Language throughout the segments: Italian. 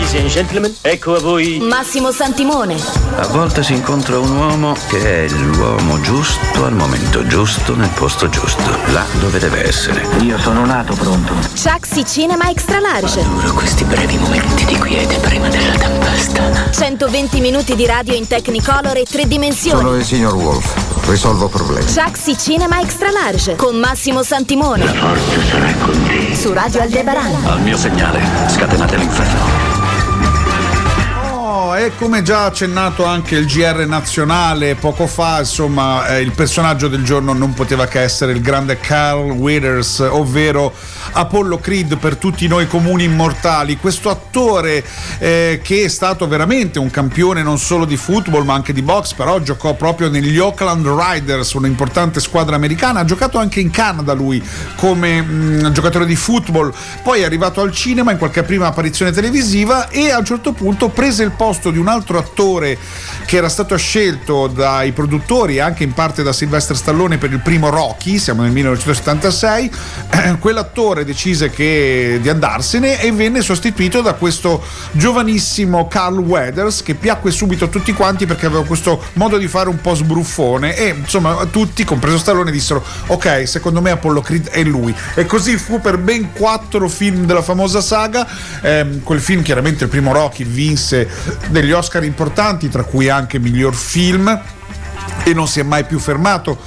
Ladies and gentlemen, ecco a voi Massimo Santimone. A volte si incontra un uomo che è l'uomo giusto al momento giusto nel posto giusto, là dove deve essere. Io sono nato pronto. Chuck's Cinema Extra Large. Adoro questi brevi momenti di quiete prima della tempesta. 120 minuti di radio in Technicolor e 3 dimensioni. Sono il signor Wolf, risolvo problemi. Chuck's Cinema Extra Large con Massimo Santimone. La forza sarà con te. Su Radio Aldebaran. Al mio segnale, scatenate l'inferno. E come già accennato anche il GR nazionale poco fa, insomma, il personaggio del giorno non poteva che essere il grande Carl Weathers, ovvero Apollo Creed per tutti noi comuni immortali, questo attore che è stato veramente un campione non solo di football ma anche di box, però giocò proprio negli Oakland Raiders, un'importante squadra americana, ha giocato anche in Canada lui come giocatore di football, poi è arrivato al cinema in qualche prima apparizione televisiva e a un certo punto prese il posto di un altro attore che era stato scelto dai produttori e anche in parte da Sylvester Stallone per il primo Rocky, siamo nel 1976. Quell'attore decise di andarsene e venne sostituito da questo giovanissimo Carl Weathers che piacque subito a tutti quanti perché aveva questo modo di fare un po' sbruffone e insomma tutti, compreso Stallone, dissero ok, secondo me Apollo Creed è lui, e così fu per ben 4 film della famosa saga. Quel film, chiaramente il primo Rocky, vinse degli Oscar importanti, tra cui anche miglior film, e non si è mai più fermato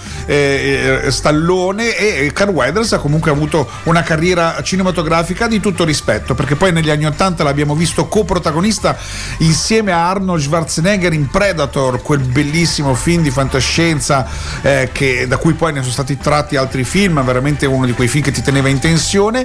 Stallone, e Carl Weathers ha comunque avuto una carriera cinematografica di tutto rispetto, perché poi negli anni 80 l'abbiamo visto coprotagonista insieme a Arnold Schwarzenegger in Predator, quel bellissimo film di fantascienza da cui poi ne sono stati tratti altri film, veramente uno di quei film che ti teneva in tensione,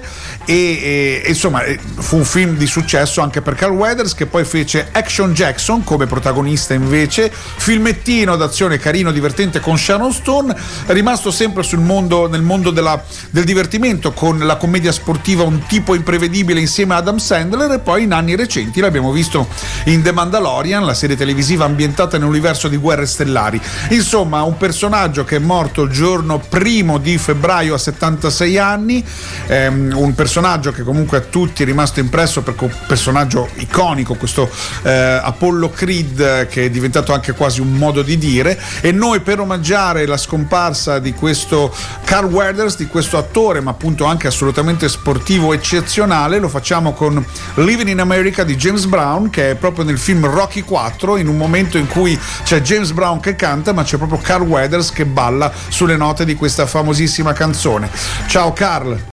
e insomma fu un film di successo anche per Carl Weathers, che poi fece Action Jackson come protagonista invece, filmettino d'azione carino, divertente, con Sharon Stone, rimasto sempre nel mondo del divertimento con la commedia sportiva Un tipo imprevedibile insieme a Adam Sandler, e poi in anni recenti l'abbiamo visto in The Mandalorian, la serie televisiva ambientata nell'universo di Guerre Stellari. Insomma, un personaggio che è morto il giorno 1 di febbraio a 76 anni, un personaggio che comunque a tutti è rimasto impresso perché un personaggio iconico, questo Apollo Creed, che è diventato anche quasi un modo di dire. E noi, per omaggiare la scomparsa di questo Carl Weathers, di questo attore ma appunto anche assolutamente sportivo eccezionale, lo facciamo con Living in America di James Brown, che è proprio nel film Rocky 4, in un momento in cui c'è James Brown che canta ma c'è proprio Carl Weathers che balla sulle note di questa famosissima canzone. Ciao Carl.